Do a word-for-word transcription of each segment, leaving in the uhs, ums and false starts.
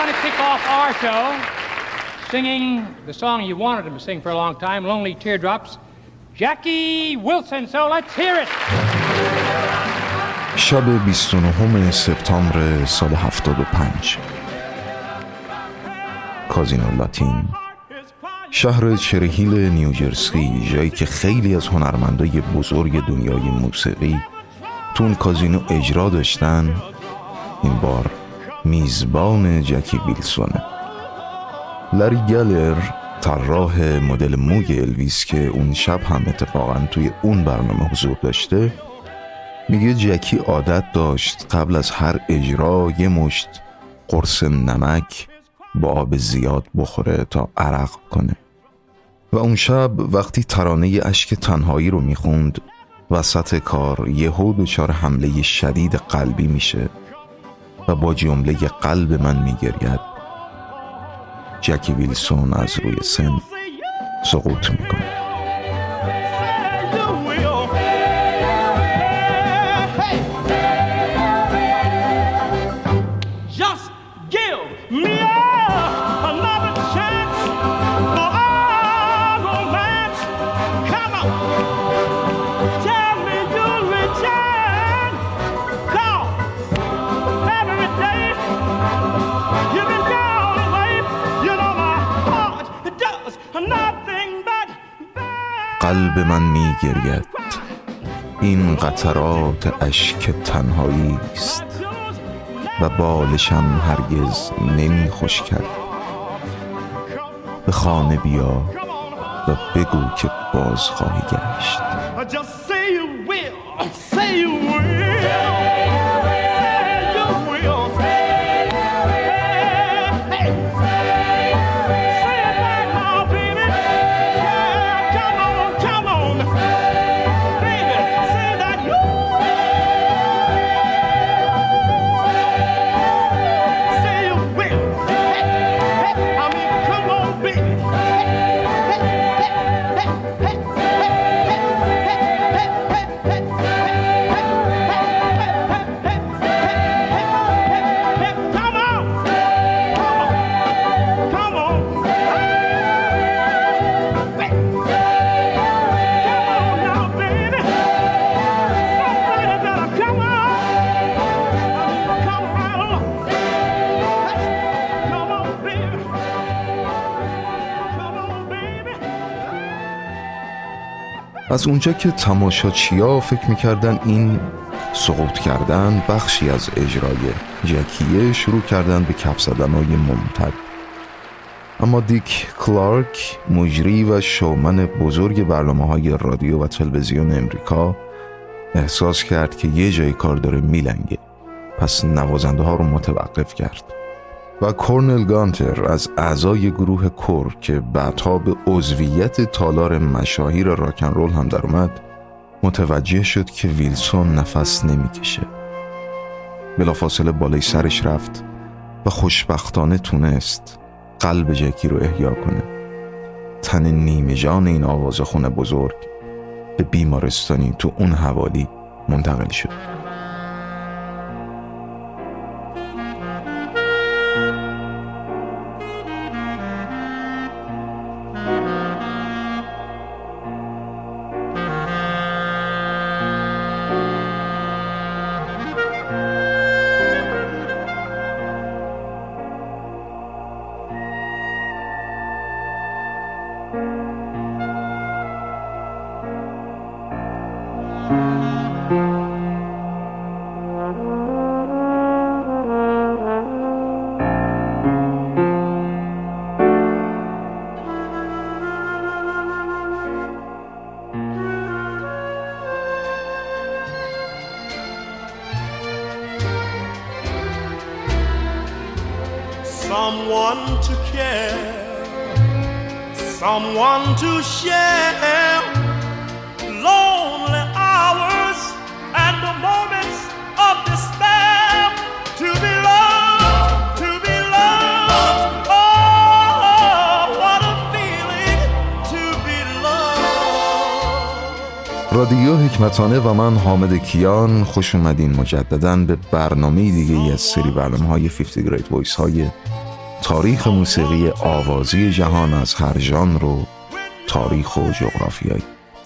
going to kick off our show singing the song you wanted him to sing for a long time, Lonely Teardrops, Jackie Wilson. So let's hear it. شب بیست و نهم سپتامبر سال هفتاد و پنج، کازینو لاتین، شهر چرهیل نیوجرسی، جایی که خیلی از هنرمندای بزرگ دنیای موسیقی تو اون کازینو اجرا داشتن. این بار میزبان جکی ویلسونه. لری گلر، طراح مدل موی الویس که اون شب هم اتفاقا توی اون برنامه حضور داشته، میگه جکی عادت داشت قبل از هر اجرا یه مشت قرص نمک با آب زیاد بخوره تا عرق کنه. و اون شب وقتی ترانه اشک تنهایی رو میخوند، وسط کار یهو دچار حمله شدید قلبی میشه و با جمله قلب من میگرید، جکی ویلسون از روی سن سقوط میکنه. قلب من میگرید، این قطرات اشک تنهایی است و بالشم هرگز نمی خوش کرد. به خانه بیا و بگو که باز خواهی گشت. از اونجا که تماشاچی‌ها فکر می‌کردن این سقوط کردن بخشی از اجرای جکیه، شروع کردن به کف زدن‌های ممتد. اما دیک کلارک، مجری و شومن بزرگ برنامه‌های رادیو و تلویزیون امریکا، احساس کرد که یه جای کار داره میلنگه، پس نوازنده ها رو متوقف کرد و کورنل گانتر از اعضای گروه کور که بعدها به عضویت تالار مشاهیر راکن رول هم در اومد، متوجه شد که ویلسون نفس نمیکشه. بلافاصله بالای سرش رفت و خوشبختانه تونست قلب جکی رو احیا کنه. تن نیمه جان این آوازخون بزرگ به بیمارستانی تو اون حوالی منتقل شد. Someone to care, someone to share lonely hours and the moments of despair. To be loved, to be loved, oh, what a feeling to be loved. رادیو حکمتانه و من حامد کیان خوش اومدین مجدداً به برنامه دیگه ای از سری برنامه های پنجاه Great Voice های تاریخ موسیقی آوازی جهان از هر ژانر و تاریخ و جغرافیایی.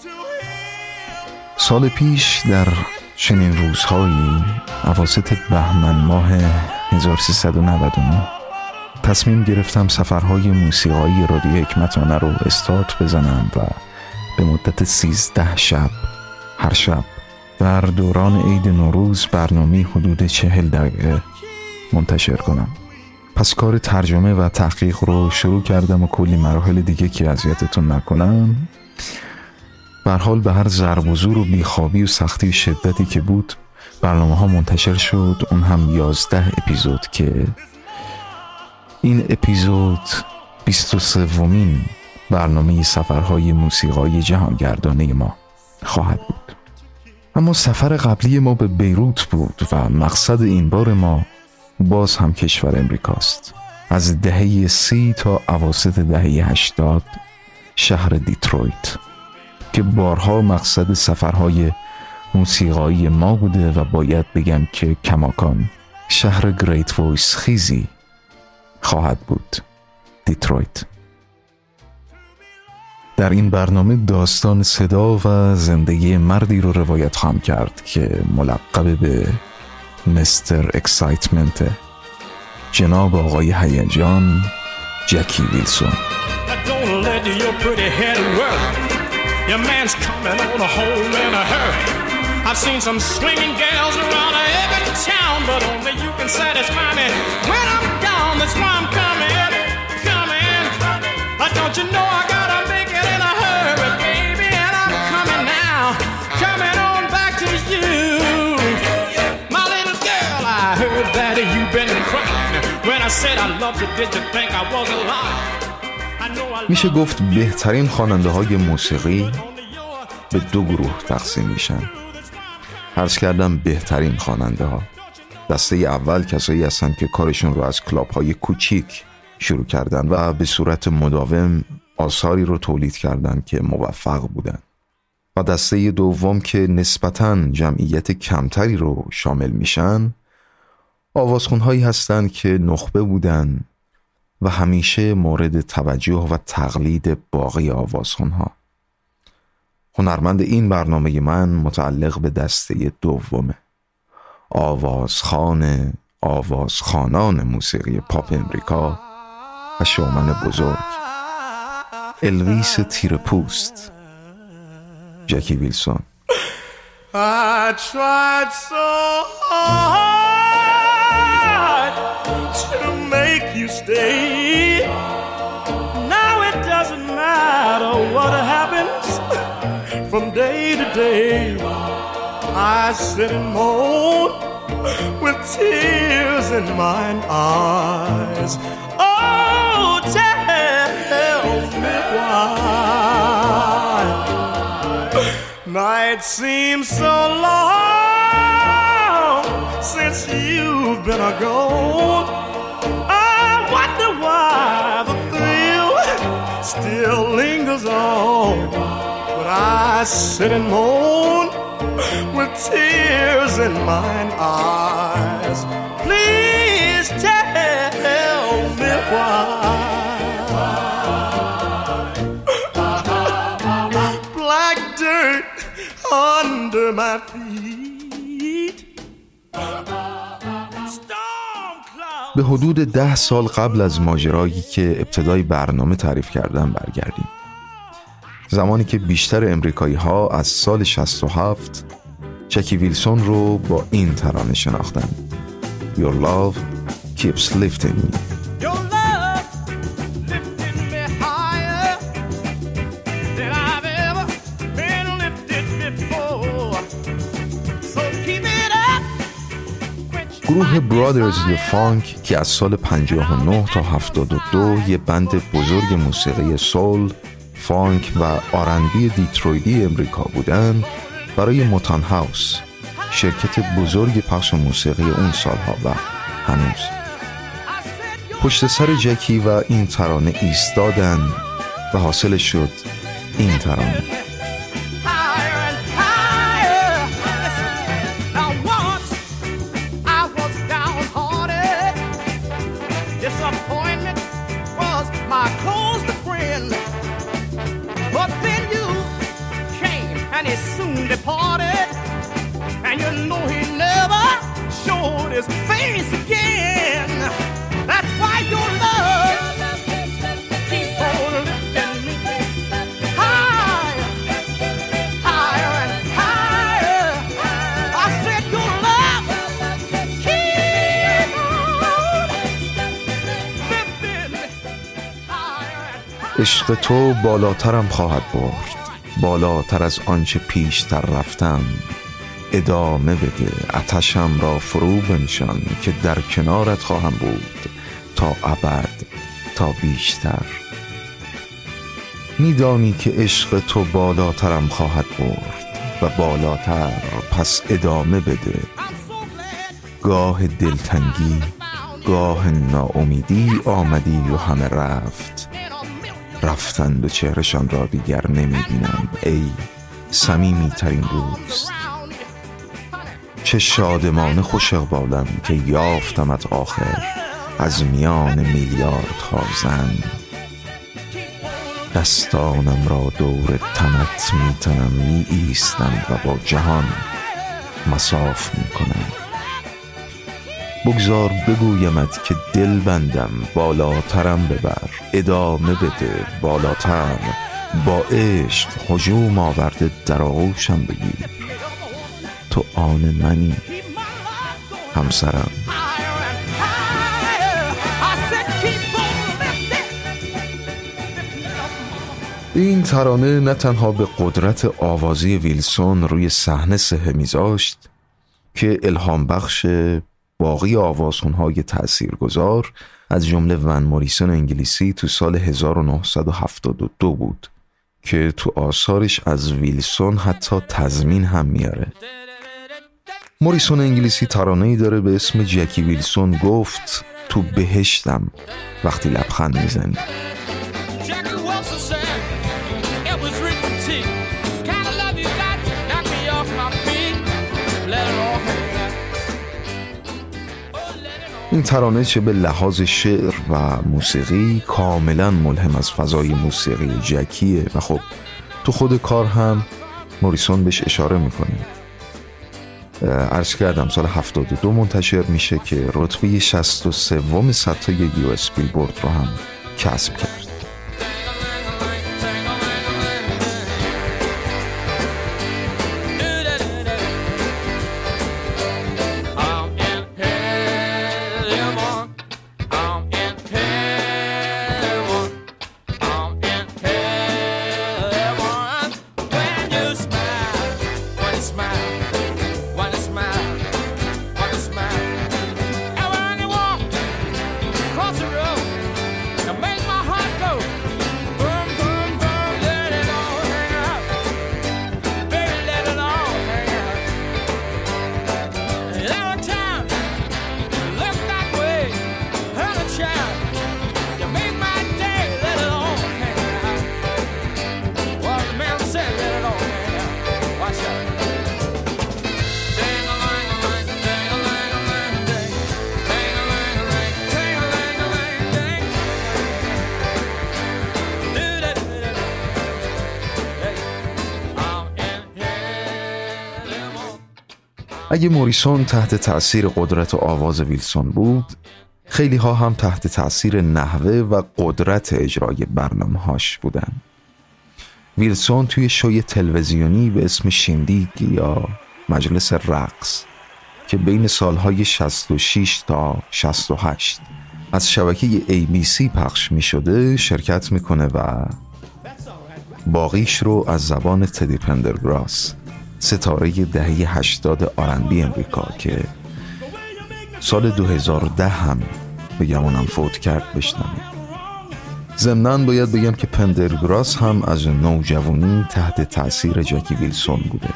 سال پیش در چنین روزهایی اواسط بهمن ماه هزار و سیصد و نود و نه تصمیم گرفتم سفرهای موسیقایی رادیو حکمتانه رو استارت بزنم و به مدت سیزده شب هر شب در دوران عید نوروز برنامه حدود چهل دقیقه منتشر کنم. پس کار ترجمه و تحقیق رو شروع کردم و کلی مراحل دیگه که اذیتتون نکنم. به هر حال به هر ضرب و زور و بیخوابی و سختی و شدتی که بود برنامه ها منتشر شد، اون هم یازده اپیزود که این اپیزود بیست و سومین برنامه سفرهای موسیقایی جهانگردانه ما خواهد بود. اما سفر قبلی ما به بیروت بود و مقصد این بار ما باز هم کشور امریکاست. از دهه سی تا اواسط دهه هشتاد شهر دیترویت که بارها مقصد سفرهای موسیقایی ما بوده و باید بگم که کماکان شهر گریت وایس خیزی خواهد بود دیترویت. در این برنامه داستان صدا و زندگی مردی رو روایت خواهم کرد که ملقب به مستر اکسایتمنت، جناب آقای هیجان جکی ویلسون. Your man's coming on a home in a hurry. I've seen some swinging gals around every town, but only you can satisfy me when I'm gone. That's why I'm coming, coming. Uh, don't you know I gotta make it in a hurry, baby? And I'm coming now, coming on back to you. My little girl, I heard that you've been crying. When I said I loved you, did you think I was a liar? میشه گفت بهترین خواننده های موسیقی به دو گروه تقسیم میشن. عرض کردم بهترین خواننده ها. دسته اول کسایی هستن که کارشون رو از کلاب های کوچیک شروع کردن و به صورت مداوم آثاری رو تولید کردن که موفق بودن. و دسته دوم که نسبتاً جمعیت کمتری رو شامل میشن، آوازخونهایی هستن که نخبه بودن و همیشه مورد توجه و تقلید باقی آوازخوانها. هنرمند این برنامه من متعلق به دسته دومه، آوازخوان آوازخوانان موسیقی پاپ امریکا و شومن بزرگ الویس تیرپوست، جکی ویلسون. I tried so hard to make you stay. Now it doesn't matter what happens from day to day. I sit and moan with tears in mine eyes. Oh, tell me why night seems so long since you've been gone. I wonder why the thrill still lingers on. But I sit and moan with tears in mine eyes. Please tell me why. Black dirt under my feet. به حدود ده سال قبل از ماجرایی که ابتدای برنامه تعریف کردم برگردیم. زمانی که بیشتر امریکایی ها از سال شصت و هفت جکی ویلسون رو با این ترانه شناختن: Your love keeps lifting me. گروه برادرز دی فانک که از سال پنجاه و نه تا هفتاد و دو یه بند بزرگ موسیقی سول، فانک و آر اند بی دیترویتی امریکا بودن، برای موتان هاوس، شرکت بزرگ پخش موسیقی اون سالها و هنوز، پشت سر جکی و این ترانه ایستادن و حاصل شد این ترانه. Disappointment again. That's why your love keep on lifting me higher, higher and higher. I said your love keep on lifting me higher and higher. عشق تو بالاترم خواهد برد، بالاتر از آنچه پیشتر رفتم. ادامه بده، آتشم را فرو بنشان که در کنارت خواهم بود تا ابد، تا بیشتر. میدانی که عشق تو بالاترم خواهد برد و بالاتر، پس ادامه بده. گاه دلتنگی، گاه ناامیدی آمدی و همه رفت، رفتند و چهرشان را دیگر نمیبینم. ای صمیمی ترین دوست، چه شادمانه خوش اقبالم که یافتمت آخر از میان میلیاردها زن. دستانم را دور تنت میتنم، می ایستند و با جهان مصاف میکنم. بگذار بگویمت که دل بندم، بالاترم ببر، ادامه بده، بالاتر. با عشق هجوم آورده در آغوشم بگیر. تو آن منی، همسرم. این ترانه نه تنها به قدرت آوازی ویلسون روی صحنه سهه میذاشت که الهام بخش باقی آوازخوان‌های تأثیرگذار از جمله ون موریسون انگلیسی تو سال هزار و نهصد و هفتاد و دو بود که تو آثارش از ویلسون حتی تضمین هم میاره. موریسون انگلیسی ترانه‌ای داره به اسم جکی ویلسون گفت تو بهشتم وقتی لبخند میزنی. این ترانه چه به لحاظ شعر و موسیقی کاملا ملهم از فضای موسیقی جکیه و خب تو خود کار هم موریسون بهش اشاره میکنه. عرض کردم سال هفتاد و دو منتشر میشه که رتبه شصت و سوم ستای یو اس بیلبورد رو هم کسب کرد. اگه موریسون تحت تأثیر قدرت و آواز ویلسون بود، خیلی ها هم تحت تأثیر نحوه و قدرت اجرای برنامه‌هاش بودن. ویلسون توی شوی تلویزیونی به اسم شیندیگ یا مجلس رقص که بین سالهای شصت و شش تا شصت و هشت از شبکه ای بی سی پخش می شده شرکت میکنه و باقیش رو از زبان تدی پندرگراس، ستاره دهه هشتاد آر ان بی امریکا که سال دو هزار و ده هم بگمونم فوت کرد بشنویم. ضمناً باید بگم که پندرگراس هم از نوجوانی تحت تأثیر جکی ویلسون بوده.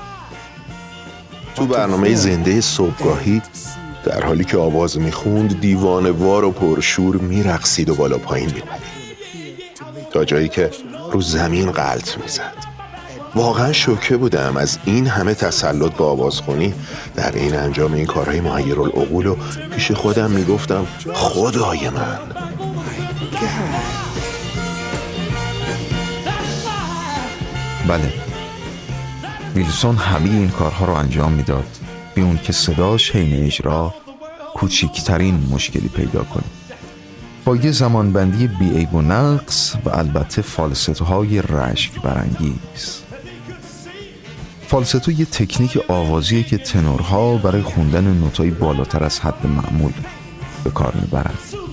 تو برنامه زنده صبحگاهی در حالی که آواز میخوند دیوانه‌وار و پرشور میرقصید و بالا پایین میپرید تا جایی که رو زمین غلط میزد. واقعا شوکه بودم از این همه تسلط با آوازخونی در این انجام این کارهای محیرالعقول و پیش خودم میگفتم خدای من. بله، ویلسون همه این کارها رو انجام میداد بی اون که صداش حین اجرا کوچکترین مشکلی پیدا کنه. با یه زمانبندی بی‌عیب و نقص و البته فالستوهای رشک برانگیز. فالستو یه تکنیک آوازیه که تنورها برای خوندن نوتای بالاتر از حد معمول به کار میبرن.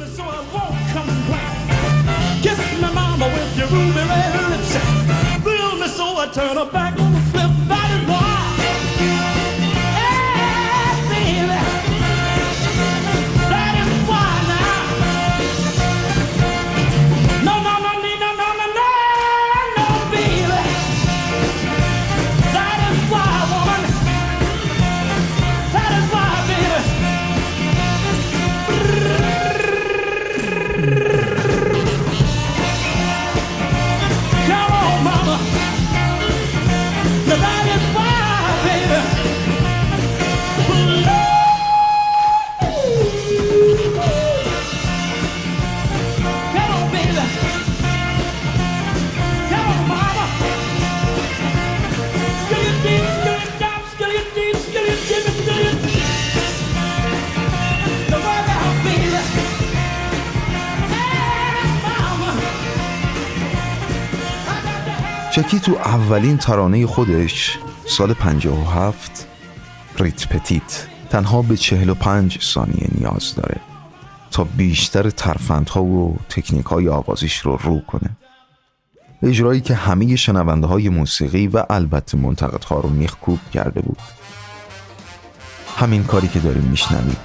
جکی تو اولین ترانه خودش سال پنجاه و هفت ریت پتیت تنها به چهل و پنج ثانیه نیاز داره تا بیشتر ترفندها و تکنیک‌های آوازیش رو رو کنه. اجرایی که همه شنونده های موسیقی و البته منتقدها رو میخکوب کرده بود. همین کاری که داریم میشنویم.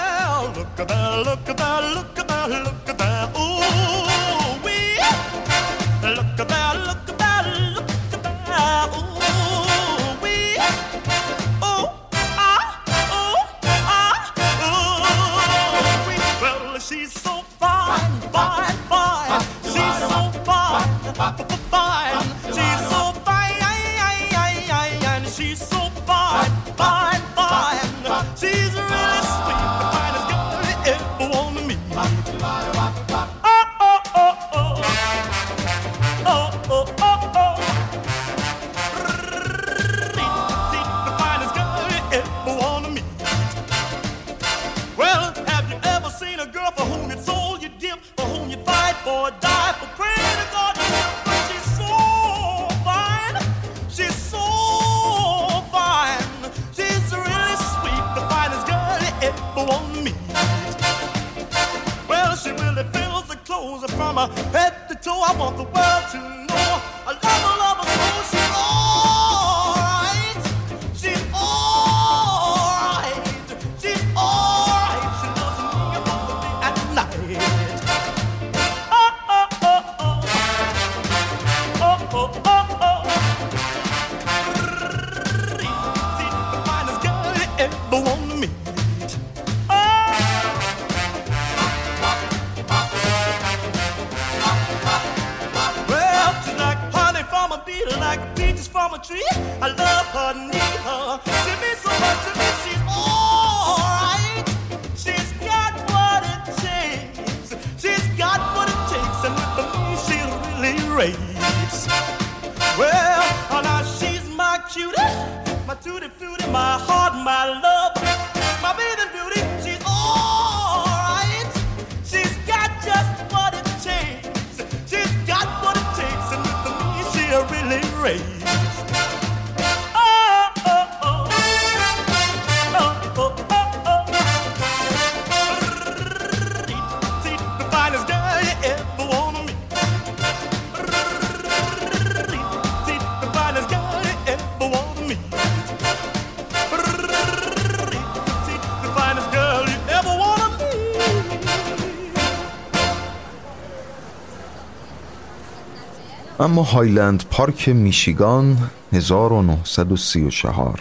اما هایلند پارک میشیگان هزار و نهصد و سی و چهار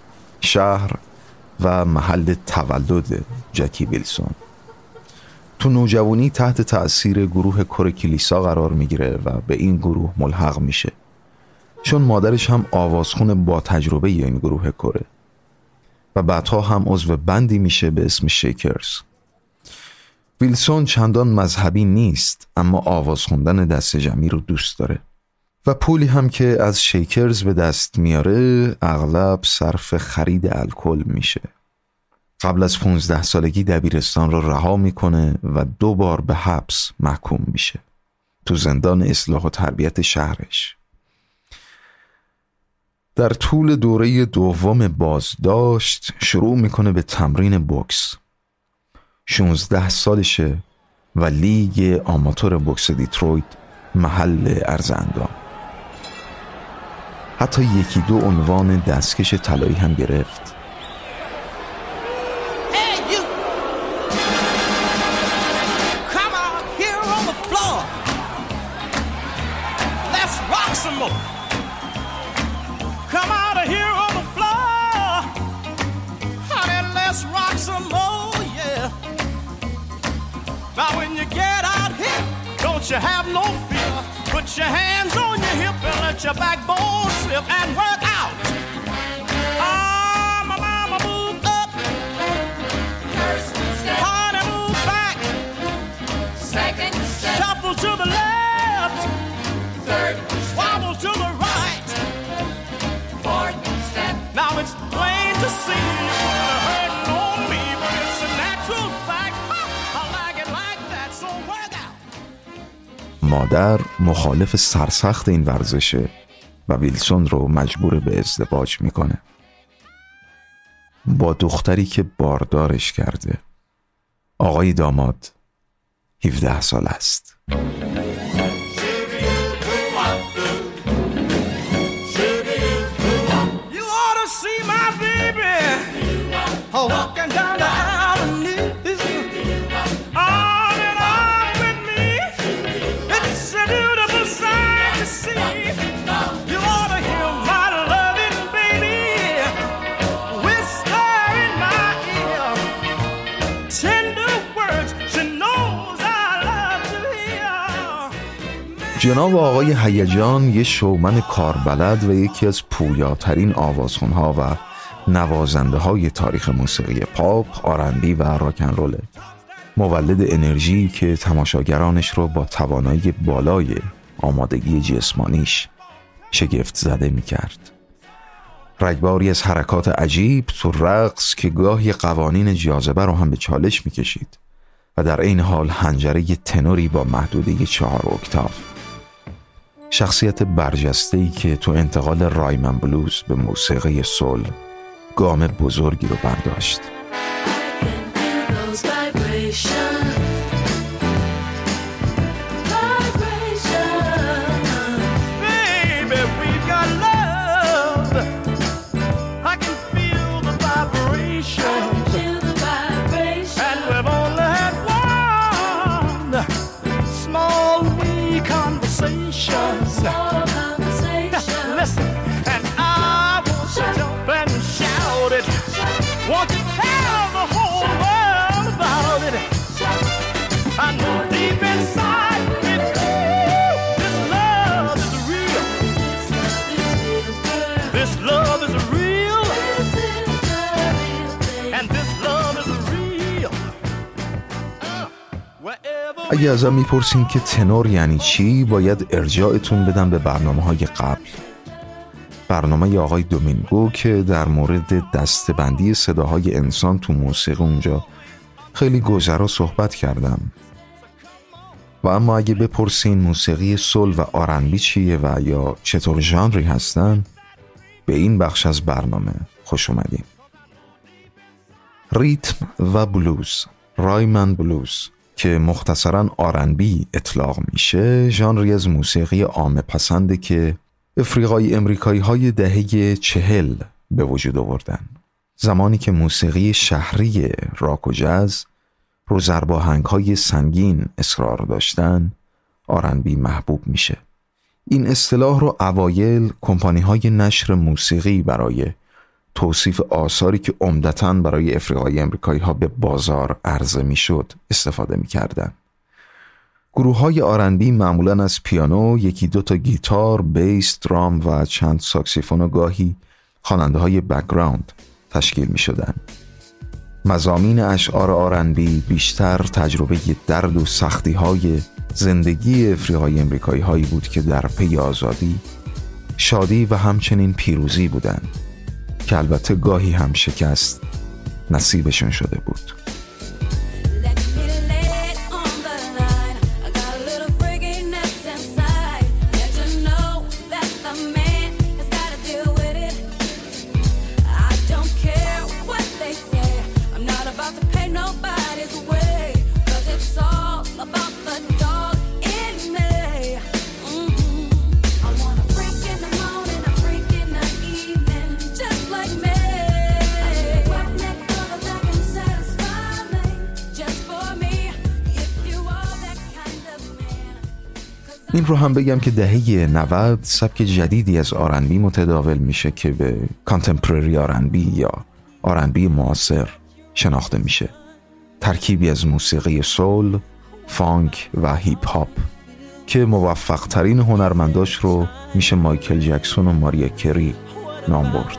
شهر و محل تولد جکی ویلسون تو نوجوانی تحت تأثیر گروه کور کلیسا قرار میگیره و به این گروه ملحق میشه چون مادرش هم آوازخون با تجربه این گروه کوره و بعدها هم عضو بندی میشه به اسم شیکرز. ویلسون چندان مذهبی نیست اما آواز خوندن دست جمعی رو دوست داره و پولی هم که از شیکرز به دست میاره اغلب صرف خرید الکل میشه. قبل از پونزده سالگی دبیرستان رو رها میکنه و دو بار به حبس محکوم میشه تو زندان اصلاح و تربیت شهرش. در طول دوره دوم بازداشت شروع میکنه به تمرین بوکس. شانزده سالشه و لیگ آماتور بوکس دیترویت محل عرض اندام. حتی یکی دو عنوان دستکش طلایی هم گرفت. You have no fear. Put your hands on your hip and let your backbone slip and work out. Ah, my mama, move up. First step. Honey, move back. Second step. Shuffle to the left. Third step. Wobble to the right. Fourth step. Now it's plain to see you put a hurting on me, but it's a natural fact. I like it like that, so work out. مادر مخالف سرسخت این ورزشه و ویلسون رو مجبور به ازدواج میکنه با دختری که باردارش کرده. آقای داماد هفده سال است. جناب آقای هیجان یه شومن کاربلد و یکی از پویاترین آوازخوان‌ها و نوازنده های تاریخ موسیقی پاپ، آر ان بی و راکن روله. مولد انرژی که تماشاگرانش رو با توانایی بالای آمادگی جسمانیش شگفت زده می کرد. رگباری از حرکات عجیب تو رقص که گاهی قوانین جاذبه رو هم به چالش می کشید و در این حال حنجره تنوری با محدوده چهار اکتاف. شخصیت برجسته‌ای که تو انتقال رایمن بلوز به موسیقی سول گام بزرگی رو برداشت. اگه ازم میپرسین که تنور یعنی چی، باید ارجاعتون بدم به برنامه‌های قبل. برنامه آقای دومینگو که در مورد دسته‌بندی صداهای انسان تو موسیقی اونجا خیلی گذرا صحبت کردم. و اما اگه بپرسین موسیقی سول و آر ان بی چیه و یا چطور ژانری هستن، به این بخش از برنامه خوش اومدین. ریتم و بلوز، رایمن بلوز که مختصراً آر ان بی اطلاق میشه، ژانری از موسیقی عامه پسنده که افریقایی امریکایی های دهه چهل به وجود آوردن، زمانی که موسیقی شهری راک و جاز رو ضرباهنگ های سنگین اصرار داشتن، آر ان بی محبوب میشه. این اصطلاح رو اوایل کمپانی های نشر موسیقی برای توصیف آثاری که عمدتاً برای افریقایی امریکایی ها به بازار عرضه می شد استفاده می کردن. گروه های آر ان بی معمولاً از پیانو، یکی دو تا گیتار، بیس، درام و چند ساکسیفون و گاهی خواننده های بک‌گراند تشکیل می شدن. مضامین اشعار آر ان بی بیشتر تجربه درد و سختی های زندگی افریقایی امریکایی هایی بود که در پی آزادی، شادی و همچنین پیروزی بودند، که البته گاهی هم شکست نصیبشون شده بود. این رو هم بگم که دهه نود سبک جدیدی از آر ان بی متداول میشه که به کانتمپرری آر ان بی یا آر ان بی معاصر شناخته میشه. ترکیبی از موسیقی سول، فانک و هیپ هاپ که موفق ترین هنرمنداش رو میشه مایکل جکسون و ماریا کری نام برد.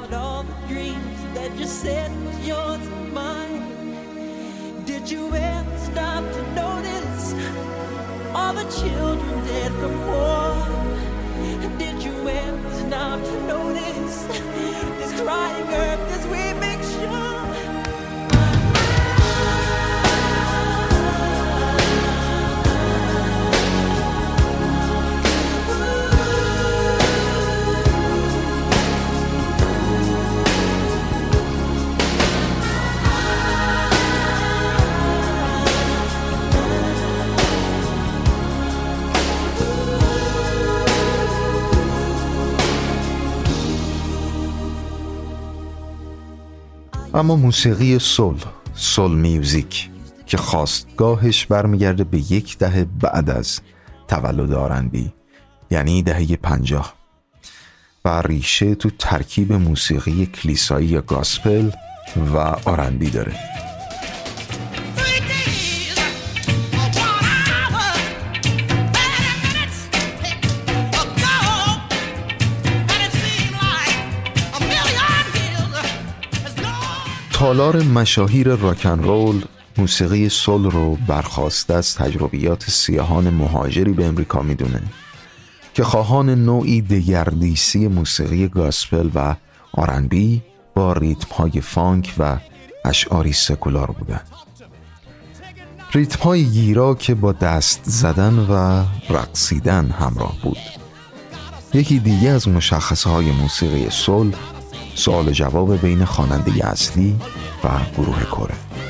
اما موسیقی سول، سول میوزیک که خاستگاهش برمیگرده به یک دهه بعد از تولد آر ان بی، یعنی دهه پنجاه، و ریشه تو ترکیب موسیقی کلیسایی یا گاسپل و آر ان بی داره. تالار مشاهیر راکن رول موسیقی سول رو برخواسته از تجربیات سیاهان مهاجری به امریکا میدونه که خواهان نوعی دگردیسی موسیقی گاسپل و آر ان بی با ریتم‌های فانک و اشعاری سکولار بودن. ریتم‌های گیرا که با دست زدن و رقصیدن همراه بود. یکی دیگه از مشخصه‌های موسیقی سول سوال جواب بین خواننده اصلی و گروه کره.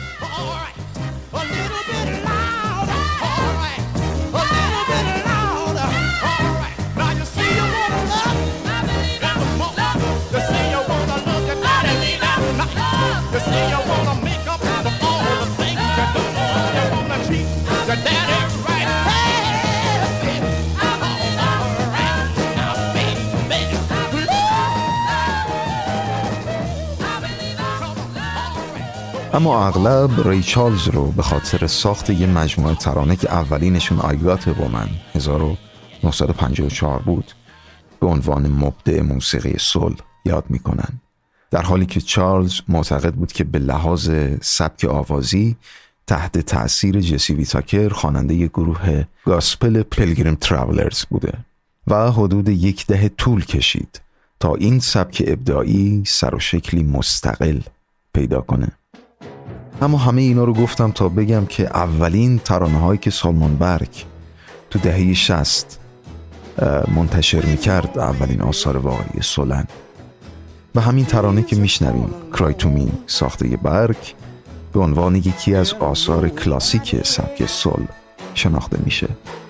اما اغلب ری چارلز رو به خاطر ساخت یه مجموعه ترانه که اولینشون I Got A Woman هزار و نهصد و پنجاه و چهار بود به عنوان مبدع موسیقی سول یاد میکنن، در حالی که چارلز معتقد بود که به لحاظ سبک آوازی تحت تأثیر جسی ویتاکر خواننده گروه گاسپل پیلگریم ترافلرز بوده و حدود یک دهه طول کشید تا این سبک ابداعی سر و شکلی مستقل پیدا کنه. اما همه اینا رو گفتم تا بگم که اولین ترانه هایی که سالمون برگ تو دهه شصت منتشر میکرد اولین آثار واقعی سولن و همین ترانه که میشنویم کرای تو می ساخته برگ به عنوان یکی از آثار کلاسیک سبک سول شناخته میشه.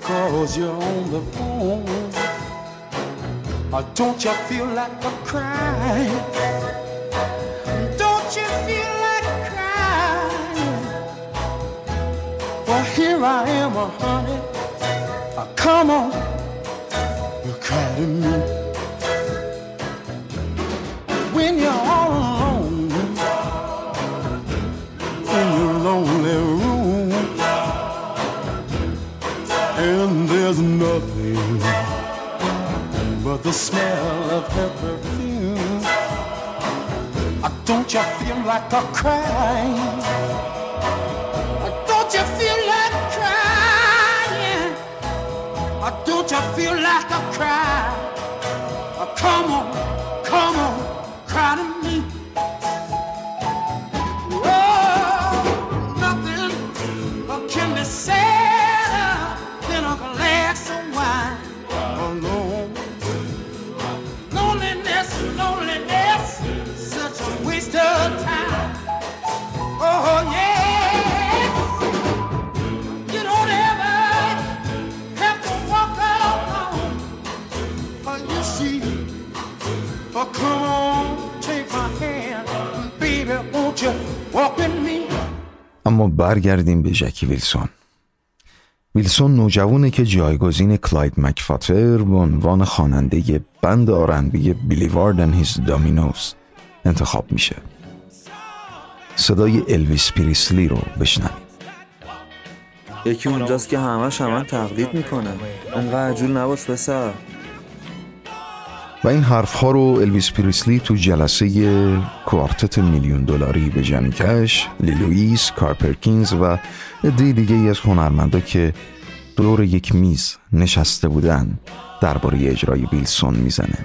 Here I am, oh honey, oh, come on, you cry to me. When you're all alone in your lonely room, and there's nothing but the smell of her perfume, oh, don't you feel like a crying? Don't you feel like crying? Or don't you feel like a cry? Oh, come on, come on, cry to me. Oh. can be sadder than a glass of wine alone. Loneliness, loneliness, such a waste of time. Oh yeah, you don't ever have to walk alone. Oh, you see, oh come on, take my hand, baby, won't you walk with me? اما برگردیم به جکی ویلسون. ویلسون نوجوانی که جایگزین کلاید مکفاتر به عنوان خواننده بند آر اند بی بیلیوارد اند هیز دامینوز انتخاب میشه. صدای الویس پریسلی رو بشنویم. یکی اونجاست که همش همه تقلید میکنه. انقدر عجول نباش پسر. و این حرفها رو الویس پریسلی تو جلسه کوارتت میلیون دلاری به جمع کش، لیلوئیس، کارپرکینز و عده دیگه ای از هنرمندا که دور یک میز نشسته بودن درباره اجرای ویلسون میزنه.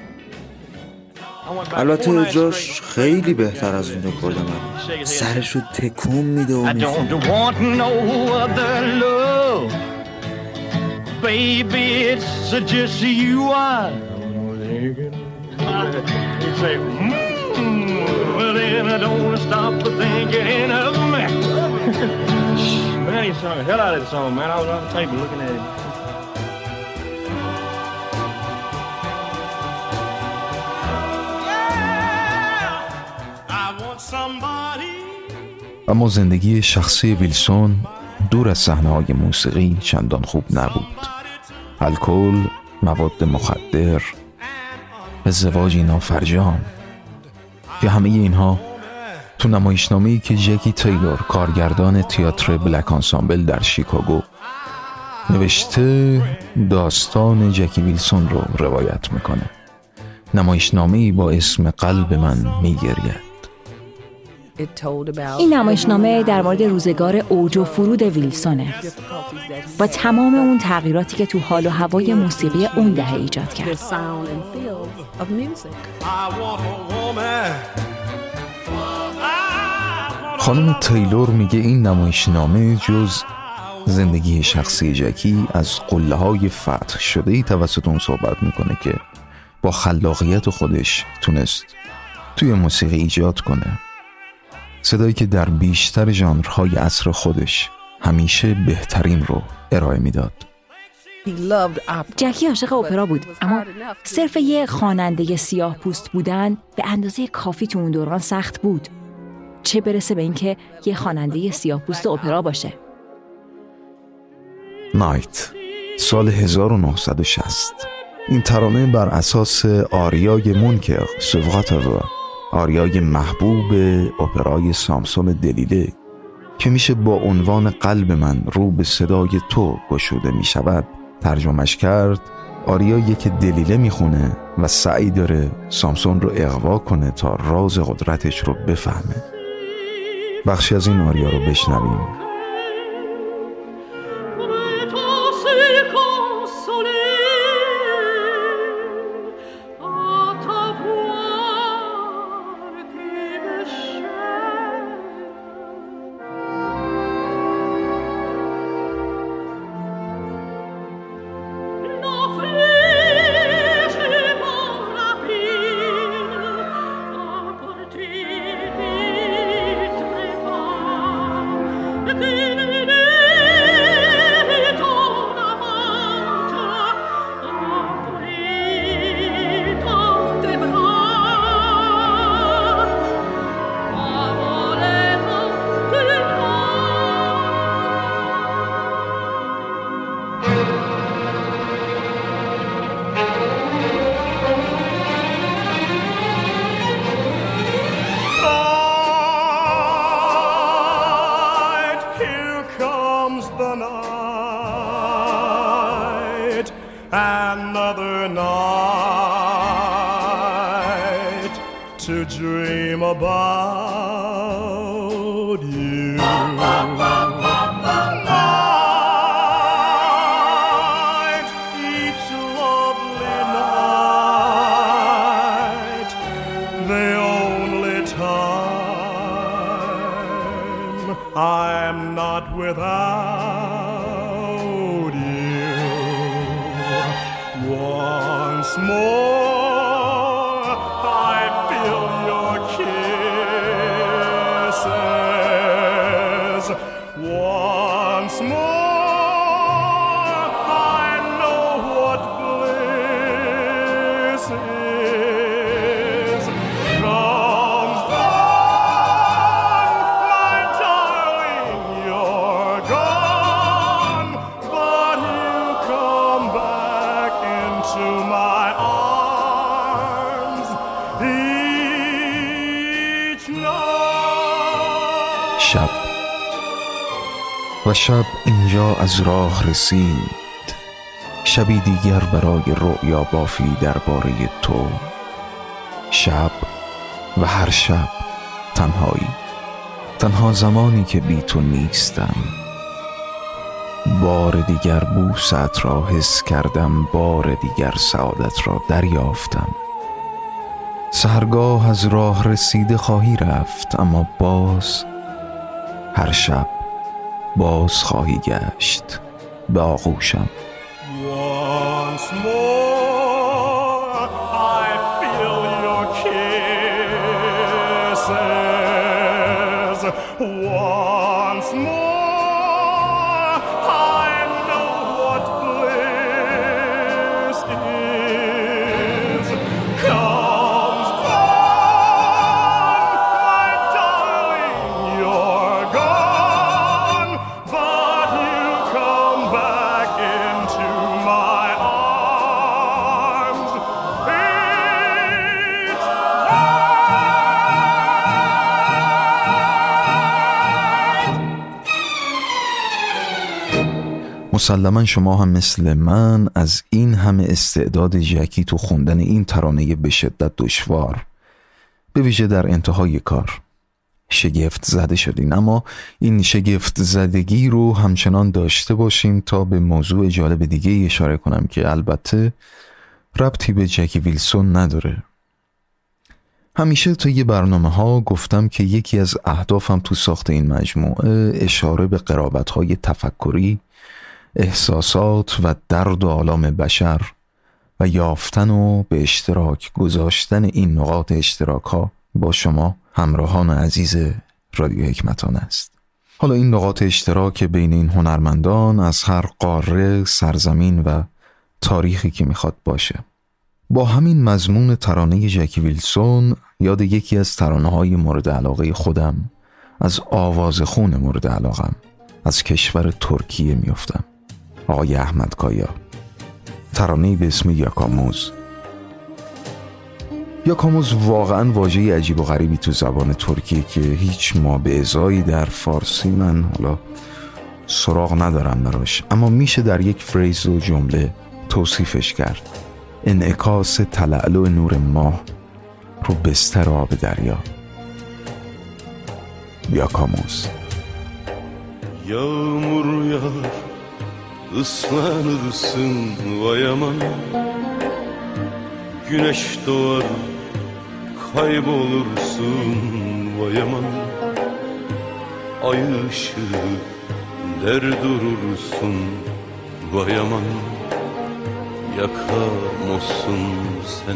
البته اجراش خیلی بهتر از اون رکورد من. سرشو تکون میده و میخونه. You say, mmm, well then I don't want to stop for thinking of me. Man, he sung the hell out of that song, man. I was on the table looking at him. Yeah, I want somebody. اما زندگی شخصی ویلسون دور از صحنه‌های موسیقی چندان خوب نبود. الکل، مواد مخدر، ازدواجی نافرجام، که همه اینها تو نمایشنامه‌ای که جکی تیلور کارگردان تئاتر بلک آنسامبل در شیکاگو نوشته داستان جکی ویلسون رو روایت میکنه. نمایشنامه‌ای با اسم قلب من میگرید. این نمایشنامه در مورد روزگار اوج و فرود ویلسونه با تمام اون تغییراتی که تو حال و هوای موسیقی اون دهه ایجاد کرد. خانم تیلور میگه این نمایشنامه جز زندگی شخصی جکی از قله‌های فتح شده‌ای توسط اون صحبت میکنه که با خلاقیت خودش تونست توی موسیقی ایجاد کنه. صدایی که در بیشتر ژانرهای عصر خودش همیشه بهترین رو ارائه میداد. جکی عاشق اپرا بود، اما صرف یه خواننده سیاه پوست بودن به اندازه کافی تو اون دوران سخت بود، چه برسه به اینکه یه خواننده سیاه پوست اپرا باشه. نایت، سال هزار و نهصد و شصت. این ترانه بر اساس آریای مونکر سوغاتاوا، آریای محبوب اپرای سامسون دلیله که میشه با عنوان قلب من رو به صدای تو گشوده میشود ترجمهش کرد. آریایی که دلیله میخونه و سعی داره سامسون رو اغوا کنه تا راز قدرتش رو بفهمه. بخشی از این آریا رو بشنویم. Another night to dream about you. Night, each lovely night, the only time I'm not without Once more I feel your kisses. Once more I know what bliss is. Comes on, my darling, you're gone, but you come back into my arms each night. شب و شب اینجا از راه رسید، شبی دیگر برای رؤیا بافی درباره تو. شب و هر شب تنهایی، تنها زمانی که بی تو نیستم. بار دیگر بوست را حس کردم، بار دیگر سعادت را دریافتم. سحرگاه از راه رسیده خواهی رفت، اما باز هر شب باز خواهی گشت به آغوشم. Once more I feel your kisses. Once more I know what bliss is. Comes on, my darling, you're gone, but you come back into my arms each night. مسلما شما هم مثل من از این همه استعداد جکی تو خوندن این ترانه به شدت دشوار، به ویژه در انتهای کار، شگفت زده شدین. اما این شگفت زدگی رو همچنان داشته باشیم تا به موضوع جالب دیگه اشاره کنم که البته ربطی به جکی ویلسون نداره. همیشه تا یه برنامه ها گفتم که یکی از اهدافم تو ساخت این مجموعه اشاره به قرابت های تفکری، احساسات و درد و آلام بشر و یافتن و به اشتراک گذاشتن این نقاط اشتراک ها با شما همراهان عزیز رادیو حکمتان است. حالا این نقاط اشتراک بین این هنرمندان از هر قاره، سرزمین و تاریخی که میخواد باشه. با همین مضمون ترانه جکی ویلسون یاد یکی از ترانه‌های مورد علاقه خودم از آوازخون مورد علاقم از کشور ترکیه میافتم، آقای احمد کایا. ترانه‌ای به اسم یاکاموز. یاکاموز واقعا واژه‌ای عجیب و غریبی تو زبان ترکیه که هیچ ما به ازایی در فارسی من حالا سراغ ندارم براش، اما میشه در یک فریز و جمله توصیفش کرد: انعکاس تلألؤ نور ماه رو بستر آب دریا. یاکاموز. Yağmur yağar, ıslanırsın vay aman. Güneş doğar, kaybolursun vay aman. Ay ışığı der durursun vay aman. Yakamozsun sen.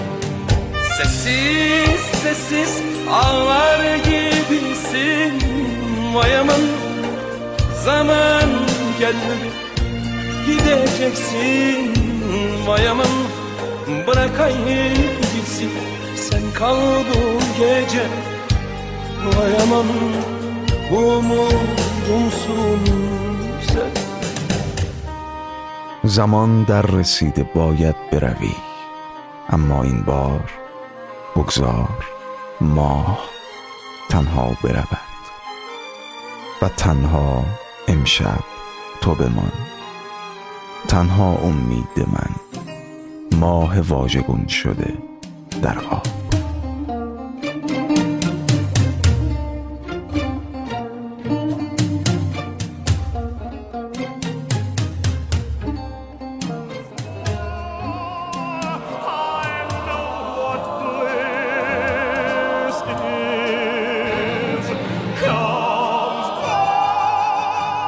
Sessiz sessiz ağlar gibisin vay aman. Zaman geldi gideceksin vay aman. Bırakayım gitsin sen kal bu gece vay aman. Umudumsun sen. زمان در رسیده باید بروی، اما این بار بگذار ماه تنها برود و تنها امشب تو بمان. تنها امید من ماه واژگون شده در آب.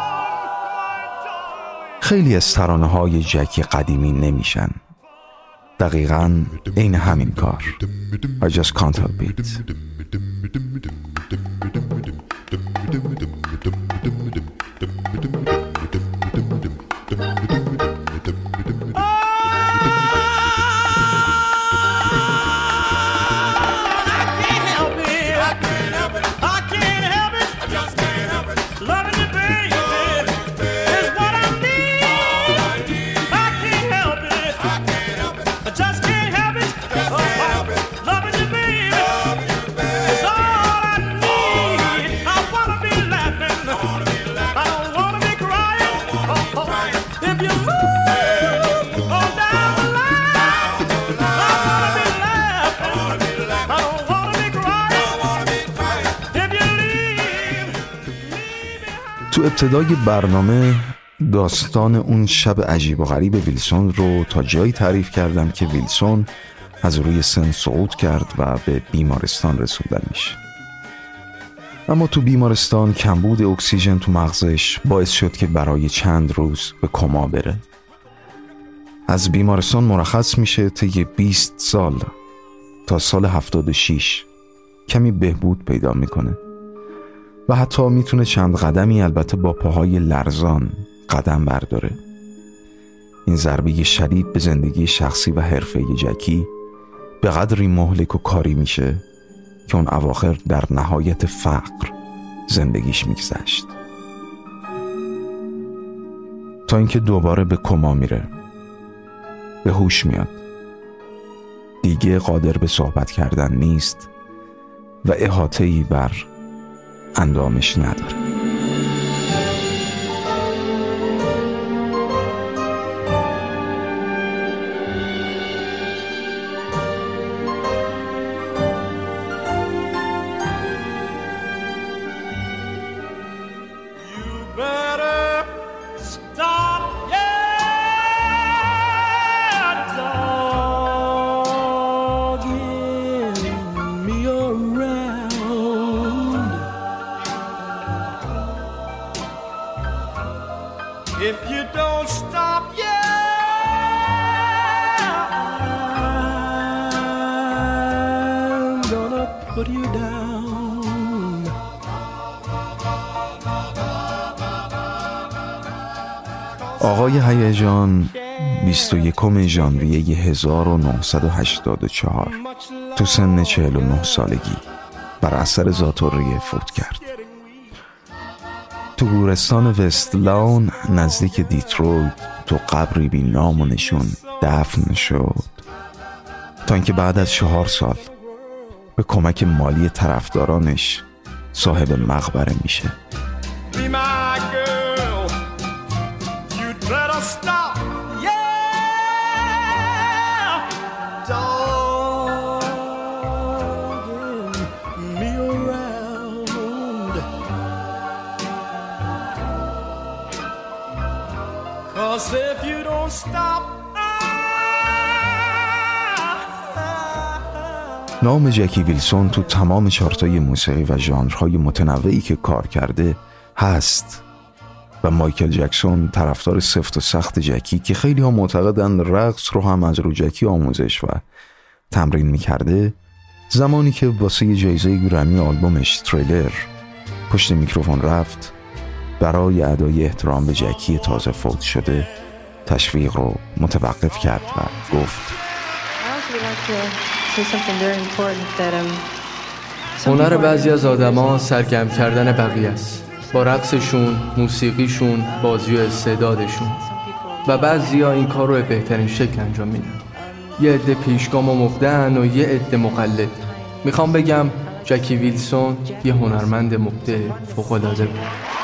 خیلی از ترانه‌های جکی قدیمی نمیشن دقیقاً این همین کار. I just can't help it. تو ابتدای برنامه داستان اون شب عجیب و غریب ویلسون رو تا جایی تعریف کردم که ویلسون از روی سن صعود کرد و به بیمارستان رسوندنش. اما تو بیمارستان کمبود اکسیژن تو مغزش باعث شد که برای چند روز به کما بره. از بیمارستان مرخص میشه طی بیست سال تا سال هفتاد و شش کمی بهبود پیدا میکنه و حتی میتونه چند قدمی، البته با پاهای لرزان، قدم برداره. این ضربه شدید به زندگی شخصی و حرفه‌ای جکی به قدری مهلک و کاری میشه که اون اواخر در نهایت فقر زندگیش میگذشت، تا اینکه دوباره به کما میره. به هوش میاد، دیگه قادر به صحبت کردن نیست و احاطه‌ای بر اندامش نداره. If you don't stop, yeah, I'm gonna put you down. آقای هیجان بیست و یکم ژانویه هزار و نهصد و هشتاد و چهار تو سن چهل و نه سالگی بر اثر ذات‌الریه فوت کرد. تو گورستان وست لان نزدیک دیترویت تو قبری بی نام و نشون دفن شد، تا اینکه بعد از چهار سال به کمک مالی طرفدارانش صاحب مقبره میشه. If you don't stop. نام جکی ویلسون تو تمام چارتای موسیقی و ژانرهای متنوعی که کار کرده هست و مایکل جکسون طرفدار سفت و سخت جکی که خیلی ها معتقدن رقص رو هم از رو جکی آموزش و تمرین میکرده، زمانی که واسه جایزه گرمی آلبومش تریلر پشت میکروفون رفت برای ادای احترام به جکی تازه فوت شده تشویق رو متوقف کرد و گفت هنر بعضی از آدما سرگرم کردن بقیه است، با رقصشون، موسیقیشون، بازی و استعدادشون، و بعضیا این کار رو به بهترین شکل انجام میدن. یه عده پیشگام و مبدعن و یه عده مقلد. میخوام بگم جکی ویلسون یه هنرمند مبدع فوق‌العاده بود.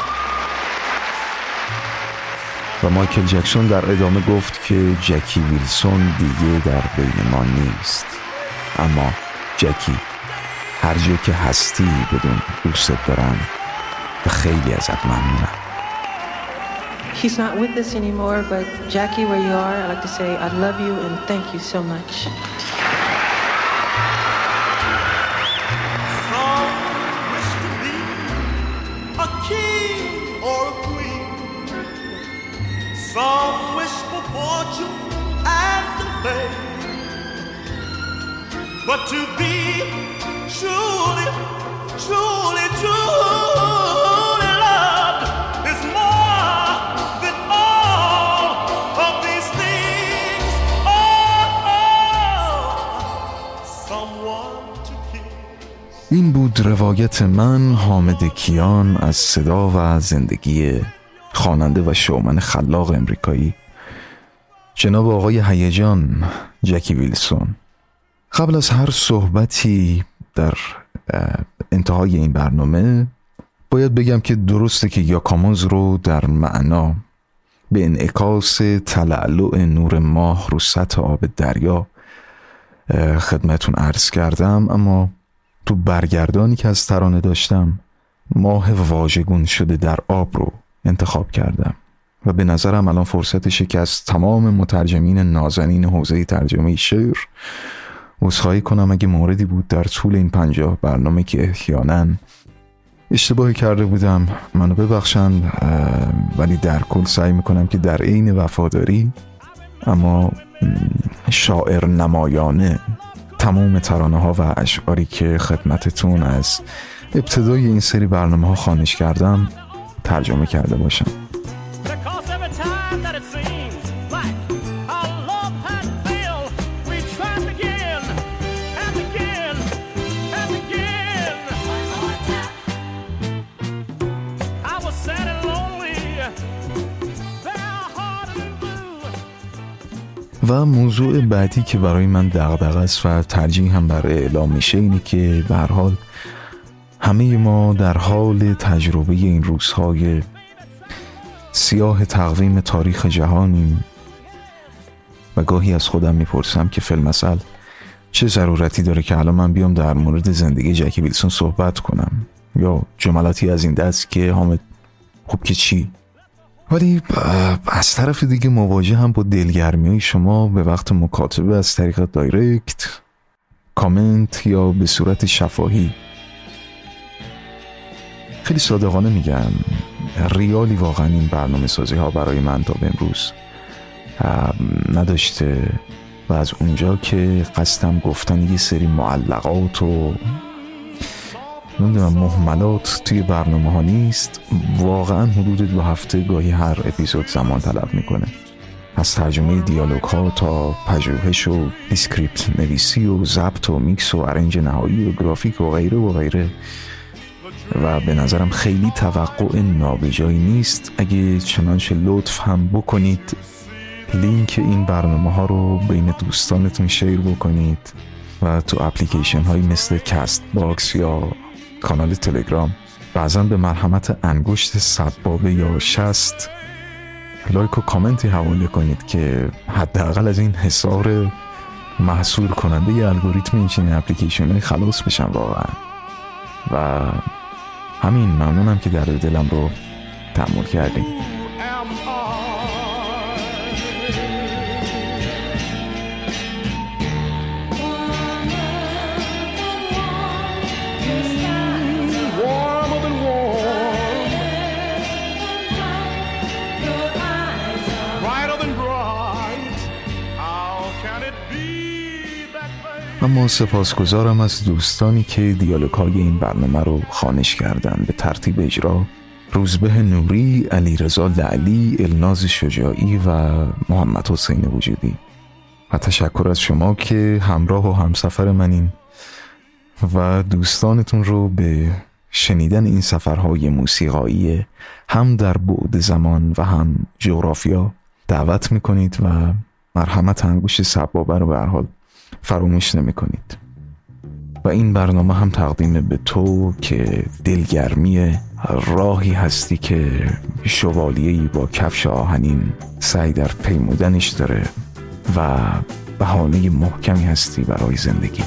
و مایکل جکسون در ادامه گفت که جکی ویلسون دیگه در بین ما نیست، اما جکی هر جا که هستی بدون دوستت دارم و خیلی ازت ممنونم. He's not with us anymore, but Jackie, where you are, I'd like to say I love you and thank you so much. Some wish to be a king or a queen. Some wish for fortune and the fame. but to be truly, truly, truly loved is more than all of these things. Oh, oh, someone to kiss. این بود روایت من، حامد کیان، از صدا و زندگی خواننده و شومن خلاق امریکایی جناب آقای هیجان جکی ویلسون. قبل از هر صحبتی در انتهای این برنامه باید بگم که درسته که یاکاموز رو در معنا به انعکاس تلألؤ نور ماه رو سطح آب دریا خدمتون عرض کردم، اما تو برگردانی که از ترانه داشتم ماه واژگون شده در آب رو انتخاب کردم و به نظرم الان فرصتشه که از تمام مترجمین نازنین حوزه ترجمه شعر عذرخواهی کنم اگه موردی بود در طول این پنجاه برنامه که احیانا اشتباهی کرده بودم منو ببخشند، ولی در کل سعی میکنم که در عین وفاداری اما شاعر نمایانه تمام ترانه ها و اشعاری که خدمتتون از ابتدای این سری برنامه ها خوانش کردم ترجمه کرده باشم. و موضوع بعدی که برای من دغدغه است و ترجیح هم برای اعلام میشه اینه که به هر حال همه ما در حال تجربه این روزهای سیاه تقویم تاریخ جهانیم و گاهی از خودم میپرسم که فی‌المثل چه ضرورتی داره که الان من بیام در مورد زندگی جکی ویلسون صحبت کنم یا جملاتی از این دست که حامد خب که چی؟ ولی از طرف دیگه مواجه هم با دلگرمی شما به وقت مکاتبه از طریق دایرکت، کامنت یا به صورت شفاهی. خیلی صادقانه میگم ریالی واقعا این برنامه سازی ها برای من تا به امروز نداشته و از اونجا که قصدم گفتن یه سری معلقات و نمیدونم مهملات توی برنامه ها نیست، واقعا حدود دو هفته گاهی هر اپیزود زمان طلب میکنه، از ترجمه دیالوگ ها تا پژوهش و دیسکریپت نویسی و ضبط و میکس و ارنج نهایی و گرافیک و غیره و غیره و به نظرم خیلی توقع نابجایی نیست اگه چنانچه لطف هم بکنید لینک این برنامه ها رو بین دوستانتون شیر بکنید و تو اپلیکیشن هایی مثل کست باکس یا کانال تلگرام بعضا به مرحمت انگشت سبابه یا شست لایک و کامنتی حواله کنید که حداقل از این حصار محصور کننده ی الگوریتم این چنین اپلیکیشن های خلاص بشم واقعا. و همین، ممنونم که در دلم رو تأمل کردیم. اما سپاسگزارم از دوستانی که دیالوگ های این برنامه رو خوانش کردن به ترتیب اجرا: روزبه نوری، علیرضا لعلی، الناز شجاعی و محمد حسین وجودی. و تشکر از شما که همراه و همسفر منین و دوستانتون رو به شنیدن این سفرهای موسیقایی هم در بعد زمان و هم جغرافیا دعوت میکنید و مرحمت انگشت سبابه رو به هر حال فراموش نمی کنید. و این برنامه هم تقدیم به تو که دلگرمی راهی هستی که شوالیه‌ای با کفش آهنین سعی در پیمودنش داره و بهانه محکمی هستی برای زندگی.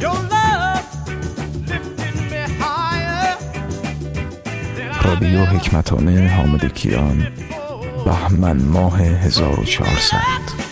رادیو حکمتانه، حامد کیان، بهمن ماه هزار و چهارصد.